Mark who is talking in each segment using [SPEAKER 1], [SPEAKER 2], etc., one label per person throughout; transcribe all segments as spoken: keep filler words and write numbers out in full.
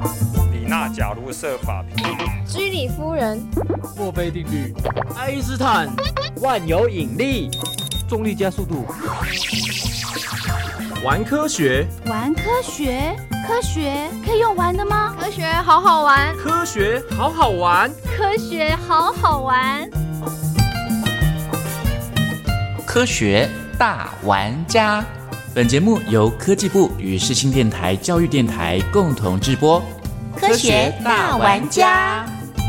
[SPEAKER 1] 李娜假如设法平，
[SPEAKER 2] 居里夫人，
[SPEAKER 3] 墨菲定律，爱因斯坦，
[SPEAKER 4] 万有引力，
[SPEAKER 3] 重力加速度。
[SPEAKER 5] 玩科学，
[SPEAKER 6] 玩科学，科学可以用玩的吗？
[SPEAKER 2] 科学好好玩，
[SPEAKER 5] 科学好好玩，
[SPEAKER 6] 科学好好玩，
[SPEAKER 7] 科学大玩家。本节目由科技部与世新电台教育电台共同制播。
[SPEAKER 6] 科学大玩家。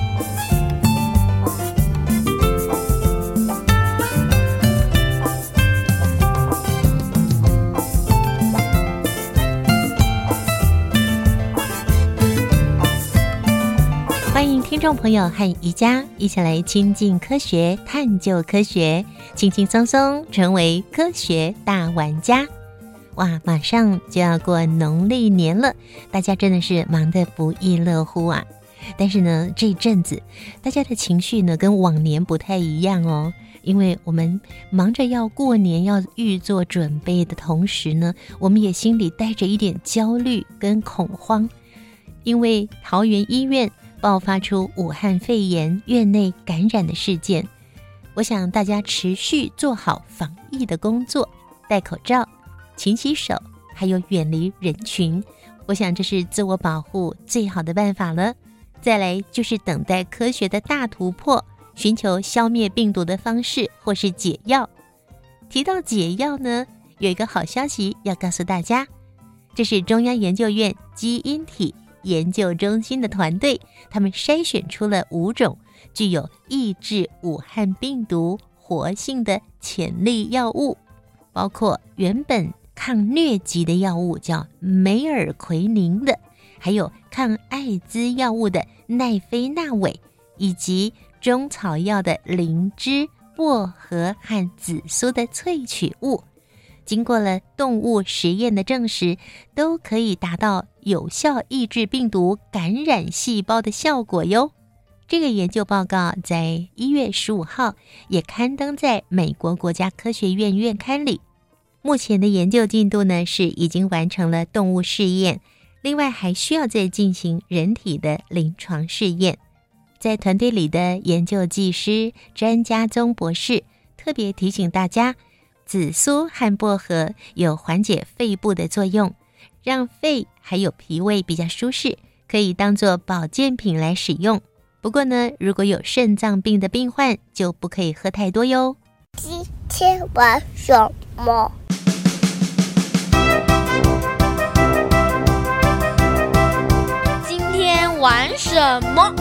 [SPEAKER 8] 欢迎听众朋友和宜家一起来亲近科学，探究科学，轻轻松松成为科学大玩家。哇，马上就要过农历年了，大家真的是忙得不亦乐乎啊！但是呢，这一阵子大家的情绪呢跟往年不太一样哦，因为我们忙着要过年，要预做准备的同时呢，我们也心里带着一点焦虑跟恐慌，因为桃园医院爆发出武汉肺炎院内感染的事件。我想大家持续做好防疫的工作，戴口罩，勤洗手，还有远离人群，我想这是自我保护最好的办法了。再来就是等待科学的大突破，寻求消灭病毒的方式或是解药。提到解药呢，有一个好消息要告诉大家，这是中央研究院基因体研究中心的团队，他们筛选出了五种具有抑制武汉病毒活性的潜力药物，包括原本抗疟疾的药物叫梅尔奎宁的，还有抗艾滋药物的奈非那韦，以及中草药的灵芝、薄荷和紫苏的萃取物。经过了动物实验的证实，都可以达到有效抑制病毒感染细胞的效果哟。这个研究报告在一月十五号也刊登在美国国家科学院院刊里。目前的研究进度呢是已经完成了动物试验，另外还需要再进行人体的临床试验。在团队里的研究技师詹家宗博士特别提醒大家，紫苏和薄荷有缓解肺部的作用，让肺还有脾胃比较舒适，可以当作保健品来使用。不过呢，如果有肾脏病的病患就不可以喝太多哟。
[SPEAKER 9] 今天玩什么？
[SPEAKER 2] 今天玩什么？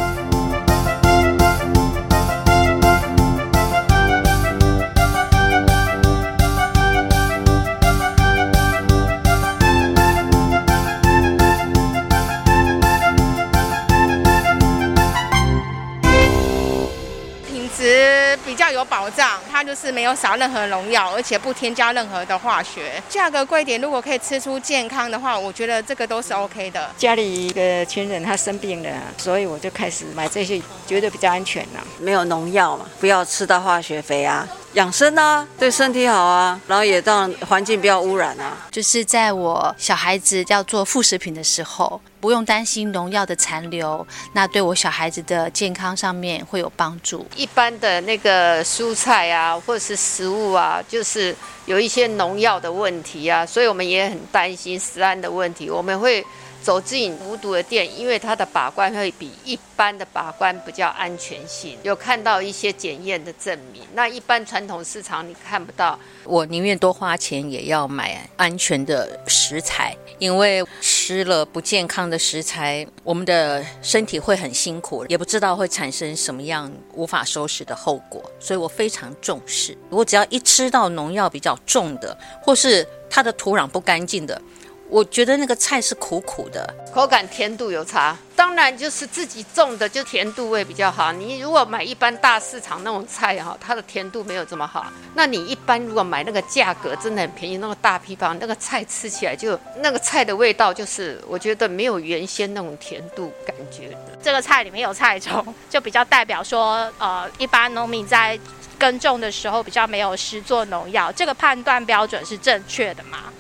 [SPEAKER 10] 比较有保障，它就是没有撒任何农药，而且不添加任何的化学。价格贵点，如果可以吃出健康的话，我觉得这个都是 OK 的。
[SPEAKER 11] 家里一个亲人他生病了，所以我就开始买这些，觉得比较安全啦、啊。
[SPEAKER 12] 没有农药嘛，不要吃到化学肥啊，养生啊，对身体好啊，然后也让环境不要污染啊。
[SPEAKER 13] 就是在我小孩子要做副食品的时候，不用担心农药的残留，那对我小孩子的健康上面会有帮助。
[SPEAKER 14] 一般的那个蔬菜啊，或者是食物啊，就是有一些农药的问题啊，所以我们也很担心食安的问题。我们会走进无毒的店，因为它的把关会比一般的把关比较安全性，有看到一些检验的证明。那一般传统市场你看不到。
[SPEAKER 15] 我宁愿多花钱也要买安全的食材，因为吃了不健康的食材，我们的身体会很辛苦，也不知道会产生什么样无法收拾的后果，所以我非常重视。我只要一吃到农药比较重的，或是它的土壤不干净的，我觉得那个菜是苦苦的，
[SPEAKER 14] 口感甜度有差。当然就是自己种的就甜度会比较好，你如果买一般大市场那种菜哈，它的甜度没有这么好。那你一般如果买那个价格真的很便宜，那个大批发那个菜吃起来就那个菜的味道就是我觉得没有原先那种甜度感觉的。
[SPEAKER 16] 这个菜里面有菜虫，就比较代表说呃，一般农民在耕种的时候比较没有施作农药，这个判断标准是正确的吗？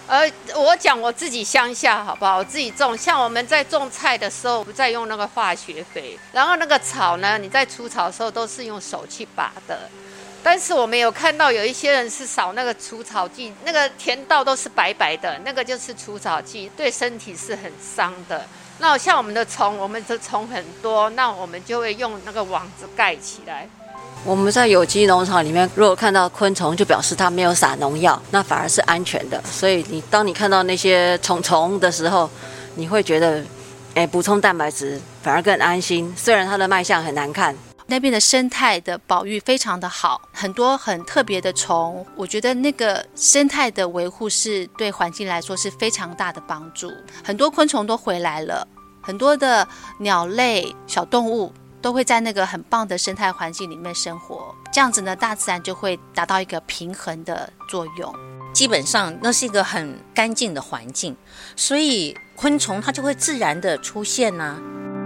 [SPEAKER 14] 呃，我讲我自己乡下好不好？我自己种，像我们在种菜的时候，不再用那个化学肥，然后那个草呢，你在除草的时候都是用手去拔的。但是我们有看到有一些人是扫那个除草剂，那个田道都是白白的，那个就是除草剂，对身体是很伤的。那像我们的虫，我们的虫很多，那我们就会用那个网子盖起来。
[SPEAKER 12] 我们在有机农场里面，如果看到昆虫，就表示它没有撒农药，那反而是安全的。所以你当你看到那些虫虫的时候，你会觉得，哎，补充蛋白质反而更安心。虽然它的卖相很难看，
[SPEAKER 13] 那边的生态的保育非常的好，很多很特别的虫，我觉得那个生态的维护是对环境来说是非常大的帮助。很多昆虫都回来了，很多的鸟类、小动物都会在那个很棒的生态环境里面生活，这样子呢，大自然就会达到一个平衡的作用。
[SPEAKER 15] 基本上那是一个很干净的环境，所以昆虫它就会自然的出现啊。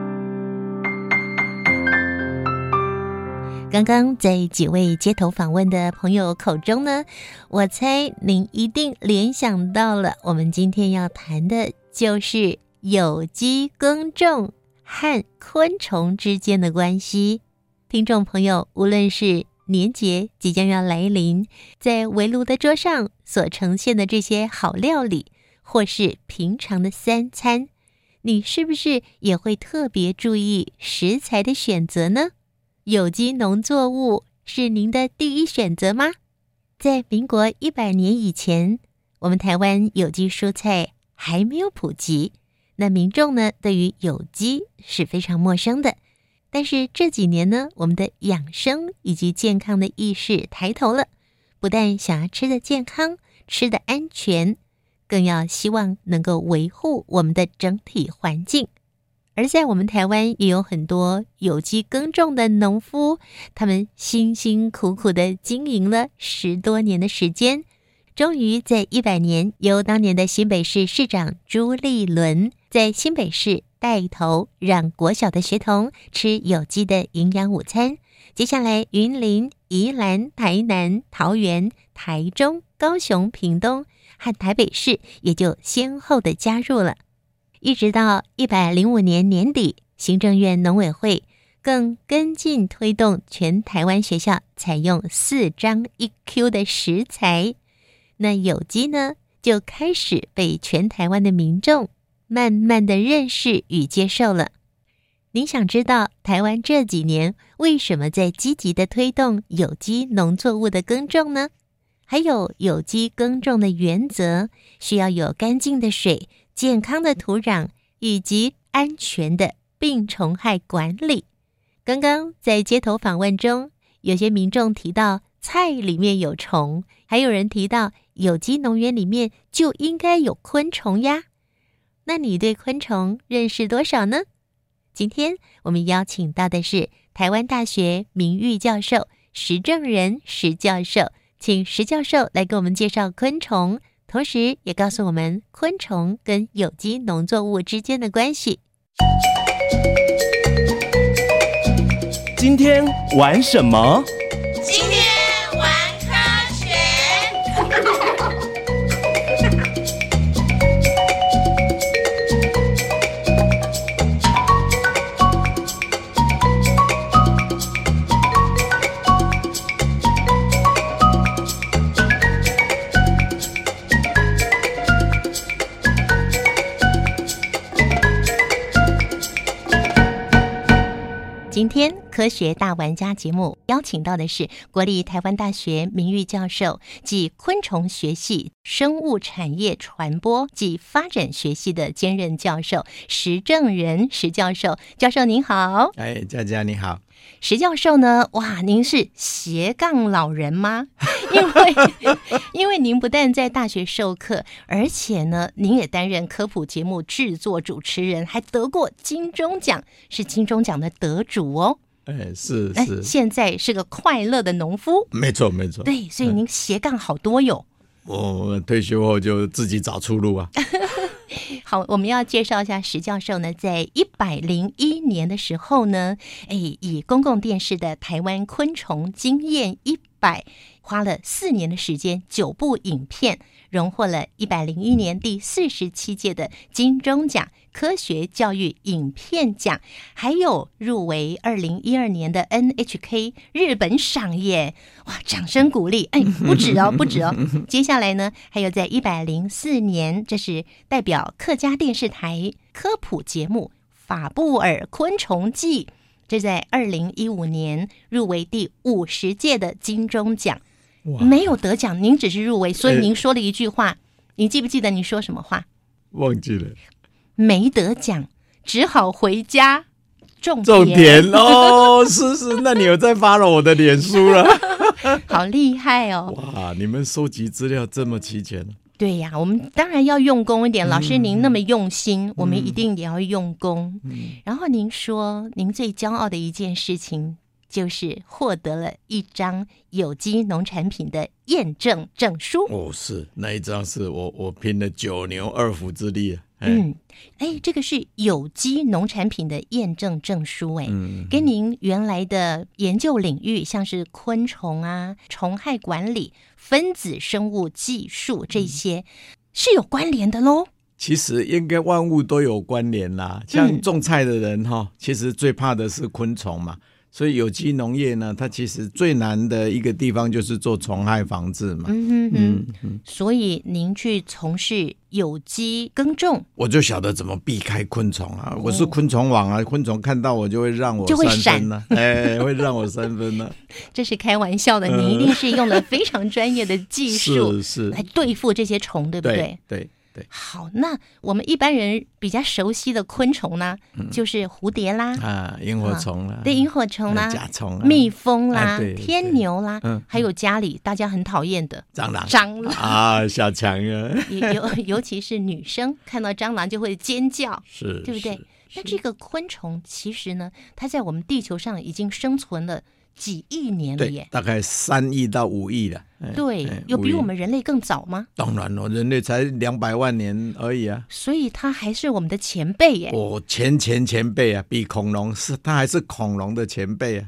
[SPEAKER 8] 刚刚在几位街头访问的朋友口中呢，我猜您一定联想到了我们今天要谈的就是有机耕种和昆虫之间的关系。听众朋友，无论是年节即将要来临，在围炉的桌上所呈现的这些好料理，或是平常的三餐，你是不是也会特别注意食材的选择呢？有机农作物是您的第一选择吗？在民国一百年以前，我们台湾有机蔬菜还没有普及，那民众呢，对于有机是非常陌生的。但是这几年呢，我们的养生以及健康的意识抬头了，不但想要吃得健康、吃得安全，更要希望能够维护我们的整体环境。而在我们台湾也有很多有机耕种的农夫，他们辛辛苦苦的经营了十多年的时间，终于在一百年，由当年的新北市市长朱立伦在新北市带头，让国小的学童吃有机的营养午餐。接下来云林、宜兰、台南、桃园、台中、高雄、屏东和台北市也就先后的加入了。一直到一百零五年年底，行政院农委会更跟进推动全台湾学校采用四张一 Q 的食材，那有机呢就开始被全台湾的民众慢慢的认识与接受了。您想知道台湾这几年为什么在积极的推动有机农作物的耕种呢？还有有机耕种的原则，需要有干净的水、健康的土壤以及安全的病虫害管理。刚刚在街头访问中，有些民众提到菜里面有虫，还有人提到有机农园里面就应该有昆虫呀。那你对昆虫认识多少呢？今天我们邀请到的是台湾大学名誉教授石正仁石教授，请石教授来给我们介绍昆虫，同时也告诉我们昆虫跟有机农作物之间的关系。
[SPEAKER 17] 今天玩什么？
[SPEAKER 2] 今天玩科学。
[SPEAKER 8] 今天科学大玩家节目邀请到的是国立台湾大学名誉教授及昆虫学系生物产业传播及发展学系的兼任教授石正仁石教授。教授您好。
[SPEAKER 18] 哎，佳佳你好。
[SPEAKER 8] 石教授呢，哇，您是斜杠老人吗？因为因为您不但在大学授课，而且呢，您也担任科普节目制作主持人，还得过金钟奖，是金钟奖的得主哦。
[SPEAKER 18] 哎，是是，
[SPEAKER 8] 现在是个快乐的农夫。
[SPEAKER 18] 没错没错。
[SPEAKER 8] 对，所以您斜杠好多哟。
[SPEAKER 18] 我退休后就自己找出路啊。
[SPEAKER 8] 好，我们要介绍一下石教授呢，在一百零一年的时候呢，哎，以公共电视的台湾昆虫经验一百，花了四年的时间，九部影片，荣获了一百零一年第四十七届的金钟奖科学教育影片奖，还有入围二零一二年的 N H K 日本赏耶！哇，掌声鼓励！哎，不止哦，不止哦。接下来呢，还有在一百零四年，这是代表客家电视台科普节目《法布尔昆虫记》，这在二零一五年入围第五十届的金钟奖。没有得奖，您只是入围，所以您说了一句话，欸、你记不记得你说什么话？
[SPEAKER 18] 忘记了。
[SPEAKER 8] 没得奖，只好回家种田。
[SPEAKER 18] 种田哦，是是，那你有在发了我的脸书了？
[SPEAKER 8] 好厉害哦！
[SPEAKER 18] 哇，你们收集资料这么齐全。
[SPEAKER 8] 对呀、啊，我们当然要用功一点。老师您那么用心，嗯、我们一定也要用功。嗯、然后您说，您最骄傲的一件事情，就是获得了一张有机农产品的验证证书。
[SPEAKER 18] 哦，是那一张是我我拼了九牛二虎之力啊。
[SPEAKER 8] 嗯，哎，这个是有机农产品的验证证书，哎、嗯，跟您原来的研究领域，像是昆虫啊、虫害管理、分子生物技术这些，嗯、是有关联的喽。
[SPEAKER 18] 其实应该万物都有关联啦，像种菜的人哈、嗯，其实最怕的是昆虫嘛。所以有机农业呢，它其实最难的一个地方就是做虫害防治嘛。
[SPEAKER 8] 嗯哼哼嗯嗯。所以您去从事有机耕种，
[SPEAKER 18] 我就晓得怎么避开昆虫啊。哦、我是昆虫王啊，昆虫看到我就会让我三分呢、啊，哎，会让我三分呢、啊。
[SPEAKER 8] 这是开玩笑的，你一定是用了非常专业的技术
[SPEAKER 18] 是是
[SPEAKER 8] 来对付这些虫，对不对？
[SPEAKER 18] 对对。对，
[SPEAKER 8] 好，那我们一般人比较熟悉的昆虫呢，嗯、就是蝴蝶啦，
[SPEAKER 18] 啊，萤火虫啦，
[SPEAKER 8] 对，萤火虫啦，
[SPEAKER 18] 甲虫啦，
[SPEAKER 8] 蜜蜂啦，
[SPEAKER 18] 哎、
[SPEAKER 8] 天牛啦，
[SPEAKER 18] 嗯，
[SPEAKER 8] 还有家里大家很讨厌的
[SPEAKER 18] 蟑螂，
[SPEAKER 8] 蟑螂
[SPEAKER 18] 啊，小强啊，
[SPEAKER 8] 尤尤其是女生看到蟑螂就会尖叫，
[SPEAKER 18] 是，
[SPEAKER 8] 对不对？那这个昆虫其实呢，它在我们地球上已经生存了几亿年了耶，
[SPEAKER 18] 大概三亿到五亿了。
[SPEAKER 8] 对，有比我们人类更早吗？
[SPEAKER 18] 当然了，人类才两百万年而已啊，
[SPEAKER 8] 所以它还是我们的前辈耶。
[SPEAKER 18] 哦，前前前辈啊，比恐龙是，它还是恐龙的前辈啊。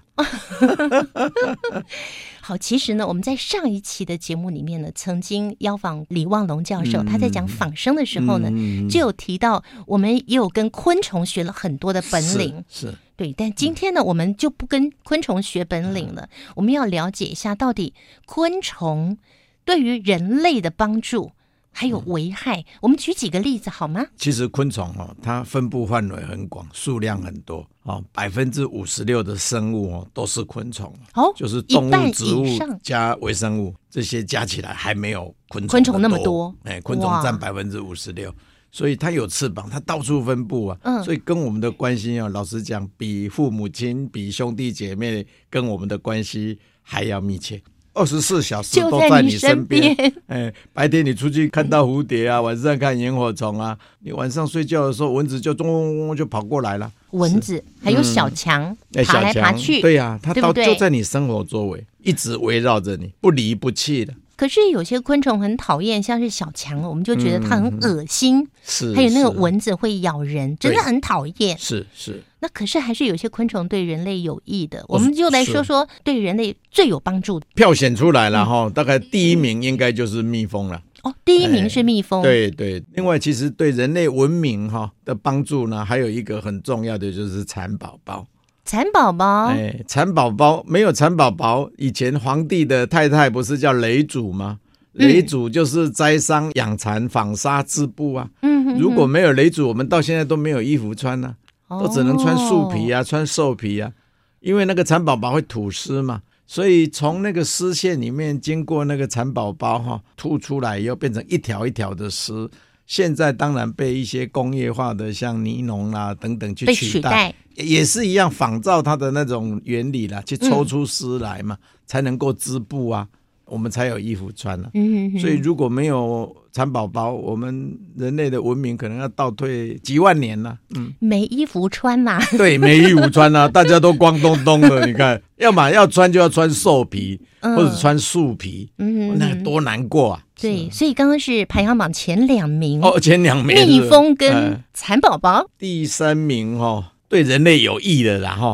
[SPEAKER 8] 好，其实呢，我们在上一期的节目里面呢，曾经邀访李旺龙教授，嗯、他在讲仿生的时候呢，嗯、就有提到我们也有跟昆虫学了很多的本领，
[SPEAKER 18] 是。是
[SPEAKER 8] 对，但今天呢，嗯、我们就不跟昆虫学本领了，嗯、我们要了解一下到底昆虫对于人类的帮助还有危害。嗯、我们举几个例子好吗？
[SPEAKER 18] 其实昆虫哦，它分布范围很广，数量很多哦，百分之五十六的生物哦都是昆虫
[SPEAKER 8] 哦，
[SPEAKER 18] 就是动物、植物加微生物这些加起来还没有昆虫
[SPEAKER 8] 昆虫那么多。
[SPEAKER 18] 哎，昆虫占百分之五十六。所以它有翅膀，它到处分布啊，嗯、所以跟我们的关系啊，老实讲，比父母亲、比兄弟姐妹跟我们的关系还要密切。二十四小时都在你身边，哎，白天你出去看到蝴蝶啊，晚上看萤火虫啊，你晚上睡觉的时候，蚊子就咚就跑过来了。
[SPEAKER 8] 蚊子还有小强、嗯、爬来爬去，
[SPEAKER 18] 对呀、啊，它到就在你生活周围，一直围绕着你，不离不弃的。
[SPEAKER 8] 可是有些昆虫很讨厌，像是小强，我们就觉得它很恶心。嗯、
[SPEAKER 18] 是，
[SPEAKER 8] 还有那个蚊子会咬人，真的很讨厌。
[SPEAKER 18] 是是。
[SPEAKER 8] 那可是还是有些昆虫对人类有益的，我们就来说说对人类最有帮助的。
[SPEAKER 18] 票选出来了哈，嗯、大概第一名应该就是蜜蜂了。
[SPEAKER 8] 哦，第一名是蜜蜂。
[SPEAKER 18] 哎、对对，另外其实对人类文明哈的帮助呢，还有一个很重要的就是蚕宝宝。
[SPEAKER 8] 蚕宝宝，
[SPEAKER 18] 哎，蚕宝宝没有蚕宝宝，以前皇帝的太太不是叫雷主吗？雷主就是摘桑养蚕、纺纱织布啊。嗯哼哼，如果没有雷主，我们到现在都没有衣服穿啊，都只能穿树皮啊，穿兽皮啊，因为那个蚕宝宝会吐丝嘛。所以从那个丝线里面经过那个蚕宝宝哈吐出来以后变成一条一条的丝，现在当然被一些工业化的像尼龙啊等等去取代，也是一样仿照它的那种原理啦，去抽出丝来嘛，嗯、才能够织布啊，我们才有衣服穿了、啊。嗯哼哼，所以如果没有蚕宝宝，我们人类的文明可能要倒退几万年了。嗯，
[SPEAKER 8] 没衣服穿啦、啊。
[SPEAKER 18] 对，没衣服穿啦、啊，大家都光咚咚的。你看，要么要穿就要穿兽皮，嗯、或者穿树皮，嗯，那多难过啊！
[SPEAKER 8] 对，所以刚刚是排行榜前两名
[SPEAKER 18] 哦，前两名
[SPEAKER 8] 蜜蜂跟蚕宝宝，
[SPEAKER 18] 第三名哦，对人类有益的啦哈。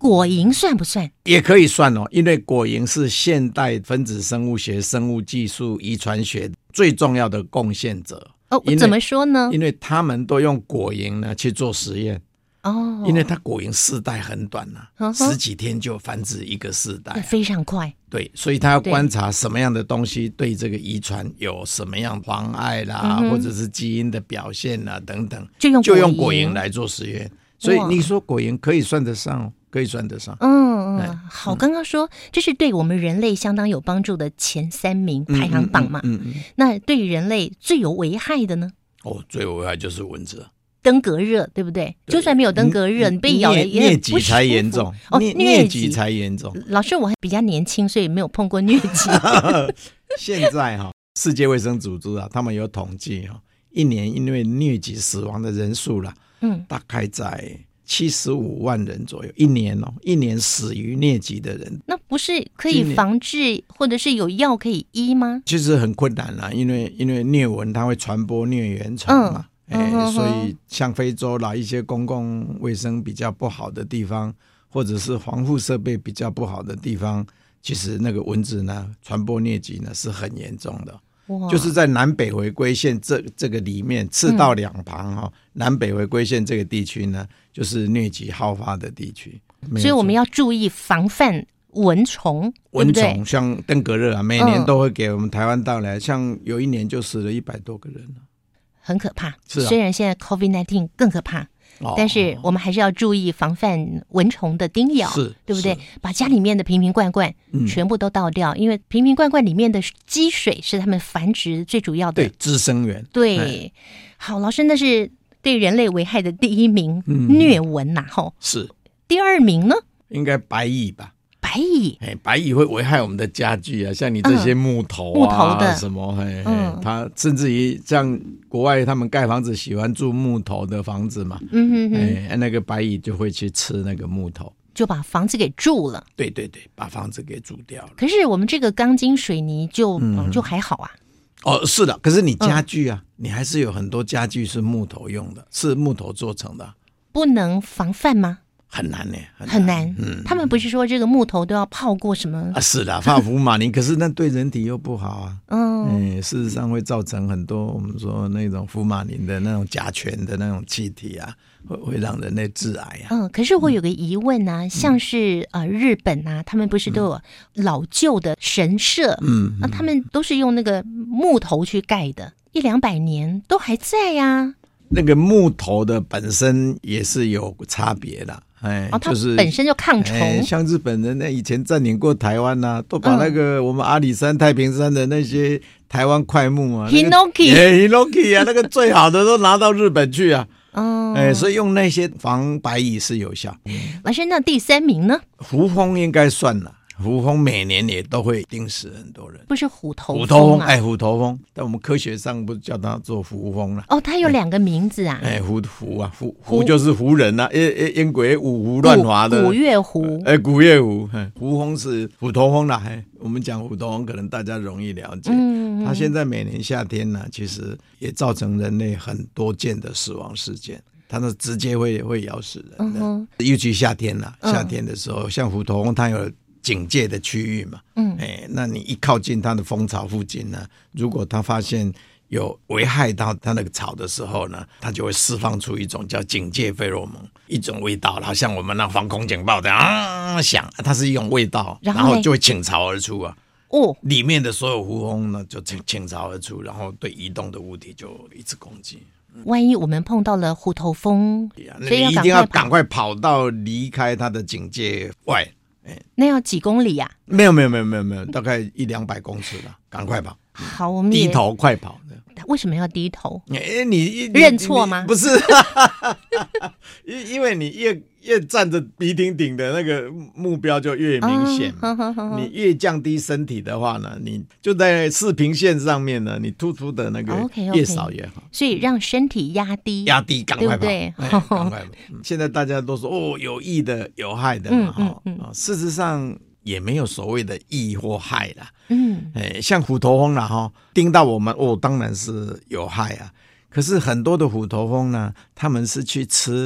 [SPEAKER 8] 果蝇算不算？
[SPEAKER 18] 也可以算哦，因为果蝇是现代分子生物学、生物技术、遗传学最重要的贡献者。
[SPEAKER 8] 哦，怎么说呢？
[SPEAKER 18] 因为他们都用果蝇呢去做实验。哦，因为它果蝇世代很短啊，嗯、十几天就繁殖一个世代、啊，
[SPEAKER 8] 非常快。
[SPEAKER 18] 对，所以他要观察什么样的东西对这个遗传有什么样妨碍啦、嗯，或者是基因的表现啦等等，
[SPEAKER 8] 就用
[SPEAKER 18] 就用果蝇来做实验。所以你说果蝇可以算得上，可以算得上。
[SPEAKER 8] 嗯嗯，好，刚刚说这是对我们人类相当有帮助的前三名排行榜嘛。嗯 嗯, 嗯, 嗯, 嗯那对人类最有危害的呢？
[SPEAKER 18] 哦，最有危害就是蚊子。
[SPEAKER 8] 登革热对不 对, 对？就算没有登革热，你被咬了也很不舒服。疟疾才严重
[SPEAKER 18] 哦，疟疾才严重。
[SPEAKER 8] 老师，我还比较年轻，所以没有碰过疟疾。
[SPEAKER 18] 现在哈、哦，世界卫生组织啊，他们有统计哈、哦，一年因为疟疾死亡的人数啦，嗯，大概在七十五万人左右。一年哦，一年死于疟疾的人，
[SPEAKER 8] 那不是可以防治，或者是有药可以医吗？
[SPEAKER 18] 其实很困难啦，因为因为疟蚊它会传播疟原虫嘛。嗯欸、所以像非洲啦，一些公共卫生比较不好的地方，或者是防护设备比较不好的地方，其实那个蚊子呢传播疟疾呢是很严重的。就是在南北回归线这这个里面，赤道两旁哈、哦嗯，南北回归线这个地区呢，就是疟疾好发的地区。
[SPEAKER 8] 所以我们要注意防范蚊虫，
[SPEAKER 18] 蚊虫像登革热啊，每年都会给我们台湾带来、嗯，像有一年就死了一百多个人了。
[SPEAKER 8] 很可怕、啊、
[SPEAKER 18] 虽
[SPEAKER 8] 然现在 COVID 十九 更可怕、哦、但是我们还是要注意防范蚊虫的叮咬，
[SPEAKER 18] 是
[SPEAKER 8] 对不对？把家里面的瓶瓶罐罐全部都倒掉、嗯、因为瓶瓶罐罐里面的积水是它们繁殖最主要的，
[SPEAKER 18] 对，滋生源。
[SPEAKER 8] 对，好，老师，那是对人类危害的第一名、嗯、疟蚊呐、啊，
[SPEAKER 18] 是。
[SPEAKER 8] 第二名呢？
[SPEAKER 18] 应该白蚁吧。
[SPEAKER 8] 白蚁，
[SPEAKER 18] 哎，白蚁会危害我们的家具啊，像你这些木头啊，嗯、木头的什么，嘿，嗯，它甚至于像国外他们盖房子喜欢住木头的房子嘛，嗯哼哼，哎，那个白蚁就会去吃那个木头，
[SPEAKER 8] 就把房子给蛀了。
[SPEAKER 18] 对对对，把房子给蛀掉了。
[SPEAKER 8] 可是我们这个钢筋水泥就、嗯、就还好啊。
[SPEAKER 18] 哦，是的，可是你家具啊、嗯，你还是有很多家具是木头用的，是木头做成的，
[SPEAKER 8] 不能防范吗？
[SPEAKER 18] 很难呢，
[SPEAKER 8] 很难。很难嗯，他们不是说这个木头都要泡过什么？
[SPEAKER 18] 啊，是的，泡福马林，可是那对人体又不好啊。嗯，欸、事实上会造成很多我们说那种福马林的那种甲醛的那种气体啊，会会让人类致癌啊。
[SPEAKER 8] 嗯，可是我有个疑问啊，嗯、像是呃日本啊，他们不是都有老旧的神社？嗯，那、啊、他们都是用那个木头去盖的，一两百年都还在呀、啊。
[SPEAKER 18] 那个木头的本身也是有差别的。哎，
[SPEAKER 8] 哦，
[SPEAKER 18] 就是
[SPEAKER 8] 它本身就抗虫、
[SPEAKER 18] 哎，像日本人呢，以前占领过台湾呐、啊，都把那个我们阿里山、太平山的那些台湾檜木啊
[SPEAKER 8] ，Hinoki，
[SPEAKER 18] 哎 ，Hinoki 啊，那个最好的都拿到日本去啊，哦，哎，所以用那些防白蚁是有效。
[SPEAKER 8] 老师，那第三名呢？
[SPEAKER 18] 胡蜂应该算了。胡蜂每年也都会叮死很多人，
[SPEAKER 8] 不是虎头蜂、啊、
[SPEAKER 18] 虎头蜂，哎，虎头蜂，但我们科学上不是叫它做胡蜂了？
[SPEAKER 8] 哦，它有两个名字啊，
[SPEAKER 18] 哎，胡胡啊，胡胡就是胡人啊，因因鬼五胡乱华的
[SPEAKER 8] 古月胡，
[SPEAKER 18] 哎，古月胡，胡蜂是虎头蜂啦，哎，我们讲虎头蜂可能大家容易了解，嗯，它现在每年夏天呢，其实也造成人类很多件的死亡事件。它是直接会会咬死人的，嗯、尤其夏天啦，夏天的时候，嗯、像虎头蜂它有警戒的区域嘛，嗯，哎，那你一靠近它的蜂巢附近呢，如果它发现有危害到它那个巢的时候呢，它就会释放出一种叫警戒费洛蒙，一种味道，好像我们那防空警报这样啊响，它是一种味道，然 后, 然后就会倾巢而出啊。哦，里面的所有胡蜂呢就倾巢而出，然后对移动的物体就一直攻击。
[SPEAKER 8] 万一我们碰到了虎头蜂，
[SPEAKER 18] 所以你一定要赶快跑到离开它的警戒外。
[SPEAKER 8] 那要几公里呀、啊？
[SPEAKER 18] 没有没有没有没有没有，大概一两百公尺吧，赶快跑。
[SPEAKER 8] 好，我们
[SPEAKER 18] 低头快跑。
[SPEAKER 8] 为什么要低头？
[SPEAKER 18] 哎，你
[SPEAKER 8] 认错吗？
[SPEAKER 18] 不是，因因为你越越站着鼻挺挺的那个目标就越明显、哦、呵呵呵你越降低身体的话呢，你就在视平线上面呢，你突出的那个越少越好。
[SPEAKER 8] Okay, okay. 所以让身体压低，
[SPEAKER 18] 压低，赶快跑，
[SPEAKER 8] 对不对？
[SPEAKER 18] 赶快跑。现在大家都说哦，有益的、有害的嘛，嗯嗯嗯、事实上也没有所谓的益或害啦。嗯，哎，像虎头蜂啦哈，叮到我们哦，当然是有害啊。可是很多的虎头蜂呢，他们是去吃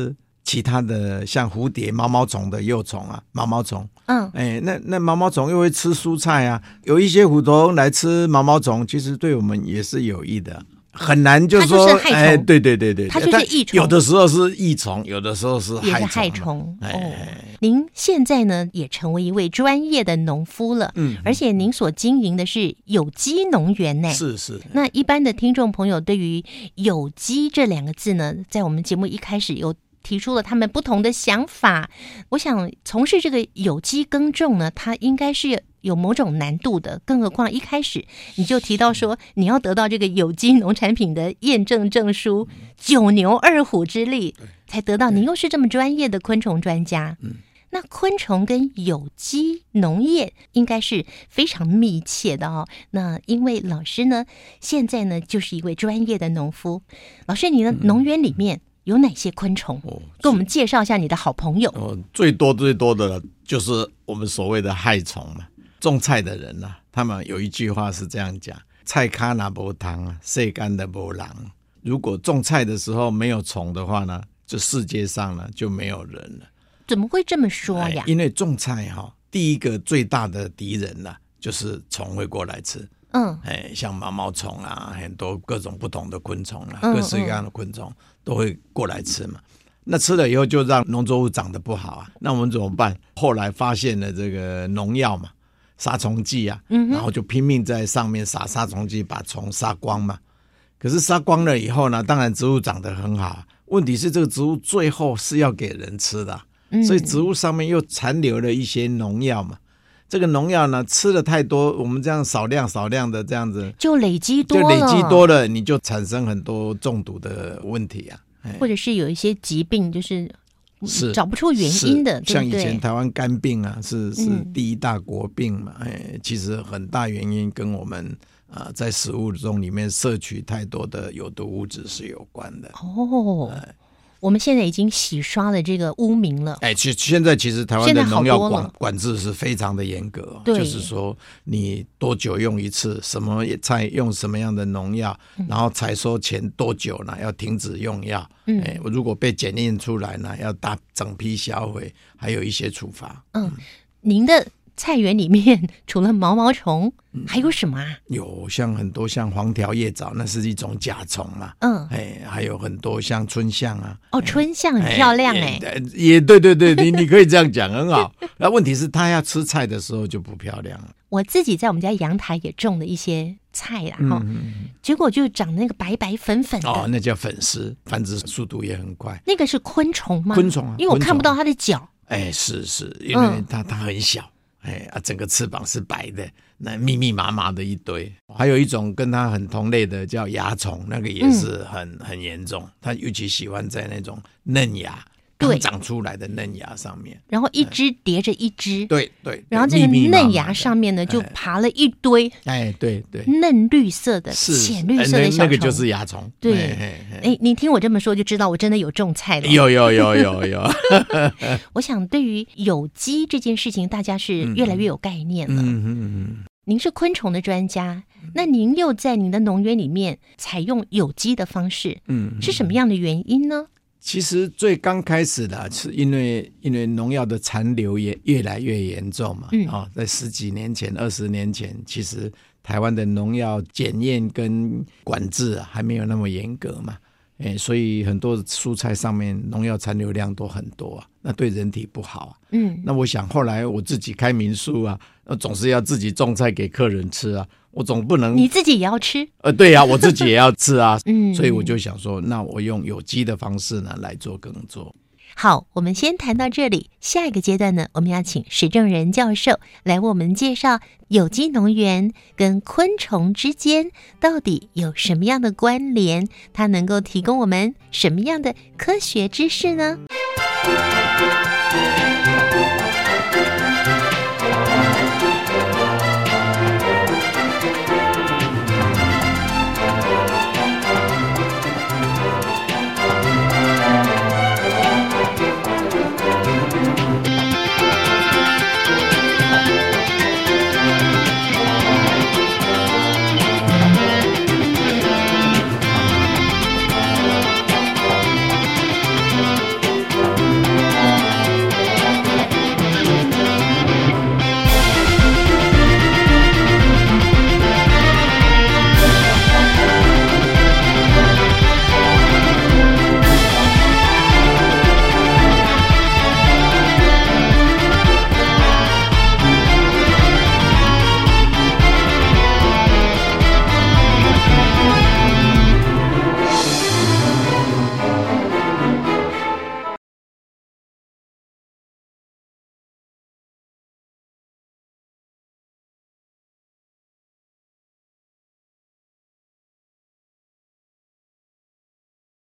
[SPEAKER 18] 其他的像蝴蝶、毛毛虫的幼虫啊，毛毛虫，
[SPEAKER 8] 嗯，
[SPEAKER 18] 哎，那那毛毛虫又会吃蔬菜啊，有一些虎头来吃毛毛虫，其实对我们也是有益的。很难就说，哎，对对对对，
[SPEAKER 8] 它就是益虫，
[SPEAKER 18] 有的时候是益虫，有的时候是害虫，
[SPEAKER 8] 也是害虫。
[SPEAKER 18] 哎、
[SPEAKER 8] 哦，您现在呢也成为一位专业的农夫了，嗯，而且您所经营的是有机农园呢，
[SPEAKER 18] 是是。
[SPEAKER 8] 那一般的听众朋友对于有机这两个字呢，在我们节目一开始有提出了他们不同的想法。我想从事这个有机耕种呢，它应该是有某种难度的，更何况一开始你就提到说你要得到这个有机农产品的验证证书，九牛二虎之力才得到。您又是这么专业的昆虫专家，那昆虫跟有机农业应该是非常密切的哦。那因为老师呢现在呢就是一位专业的农夫，老师你的农园里面有哪些昆虫？哦、跟我们介绍一下你的好朋友。
[SPEAKER 18] 哦，最多最多的就是我们所谓的害虫嘛。种菜的人啊，他们有一句话是这样讲：菜咖拿无糖啊，晒干的无人。如果种菜的时候没有虫的话呢，这世界上呢就没有人了。
[SPEAKER 8] 怎么会这么说呀？
[SPEAKER 18] 哎、因为种菜哈、哦，第一个最大的敌人呢、啊，就是虫会过来吃。嗯，哎，像毛毛虫啊，很多各种不同的昆虫啊，嗯、各式各样的昆虫都会过来吃嘛。那吃了以后就让农作物长得不好啊，那我们怎么办？后来发现了这个农药嘛，杀虫剂啊，嗯、然后就拼命在上面撒杀虫剂，把虫杀光嘛。可是杀光了以后呢，当然植物长得很好，问题是这个植物最后是要给人吃的、啊嗯，所以植物上面又残留了一些农药嘛。这个农药呢，吃的太多，我们这样少量少量的这样子，
[SPEAKER 8] 就累积多了，
[SPEAKER 18] 就累积多了，你就产生很多中毒的问题啊。
[SPEAKER 8] 或者是有一些疾病，就是找不出原因的，对不对？
[SPEAKER 18] 像以前台湾肝病啊，是是第一大国病嘛，嗯、哎，其实很大原因跟我们啊、呃、在食物中里面摄取太多的有毒物质是有关的。
[SPEAKER 8] 哦。哎，我们现在已经洗刷了这个污名了。
[SPEAKER 18] 哎，其现在其实台湾的农药管管制是非常的严格，就是说你多久用一次，什么菜用什么样的农药，嗯、然后采收前多久呢要停止用药。嗯，哎，如果被检验出来呢，要大整批销毁，还有一些处罚。
[SPEAKER 8] 嗯，嗯您的菜园里面除了毛毛虫、嗯、还有什么啊？
[SPEAKER 18] 有像很多像黄条叶藻，那是一种甲虫嘛。嗯，哎，还有很多像春象啊。
[SPEAKER 8] 哦，春象很漂亮哎、
[SPEAKER 18] 欸。也对对对，你你可以这样讲，很好。那问题是它要吃菜的时候就不漂亮了。
[SPEAKER 8] 我自己在我们家阳台也种了一些菜啦，哈、嗯，结果就长那个白白粉粉的。
[SPEAKER 18] 哦，那叫粉丝，繁殖速度也很快。
[SPEAKER 8] 那个是昆虫吗？
[SPEAKER 18] 昆虫啊，
[SPEAKER 8] 因为我看不到它的脚。
[SPEAKER 18] 哎，是是，因为它、嗯、它很小。哎啊，整个翅膀是白的，那密密麻麻的一堆。还有一种跟它很同类的叫蚜虫，那个也是很、嗯、很严重。它尤其喜欢在那种嫩芽刚长出来的嫩芽上面，
[SPEAKER 8] 然后一只叠着一只，
[SPEAKER 18] 对 对, 对。
[SPEAKER 8] 然后这个嫩芽上面呢，就爬了一堆，
[SPEAKER 18] 哎，对对，
[SPEAKER 8] 嫩绿色的、浅绿色的小虫，
[SPEAKER 18] 那个就是蚜虫。
[SPEAKER 8] 对，哎，你听我这么说就知道我真的有种菜了。
[SPEAKER 18] 有有有有有。
[SPEAKER 8] 我想对于有机这件事情，大家是越来越有概念了。嗯嗯嗯。您是昆虫的专家，那您又在您的农园里面采用有机的方式，嗯，是什么样的原因呢？
[SPEAKER 18] 其实最刚开始的是因为因为农药的残留也越来越严重嘛，嗯哦、在十几年前、二十年前，其实台湾的农药检验跟管制、啊、还没有那么严格嘛，哎，所以很多蔬菜上面农药残留量都很多啊，那对人体不好啊。嗯，那我想后来我自己开民宿啊，总是要自己种菜给客人吃啊。我总不能
[SPEAKER 8] 你自己也要吃，
[SPEAKER 18] 呃，对呀、啊，我自己也要吃啊，嗯，所以我就想说，那我用有机的方式呢来做耕作。
[SPEAKER 8] 好，我们先谈到这里，下一个阶段呢，我们要请石正仁教授来为我们介绍有机农园跟昆虫之间到底有什么样的关联，它能够提供我们什么样的科学知识呢？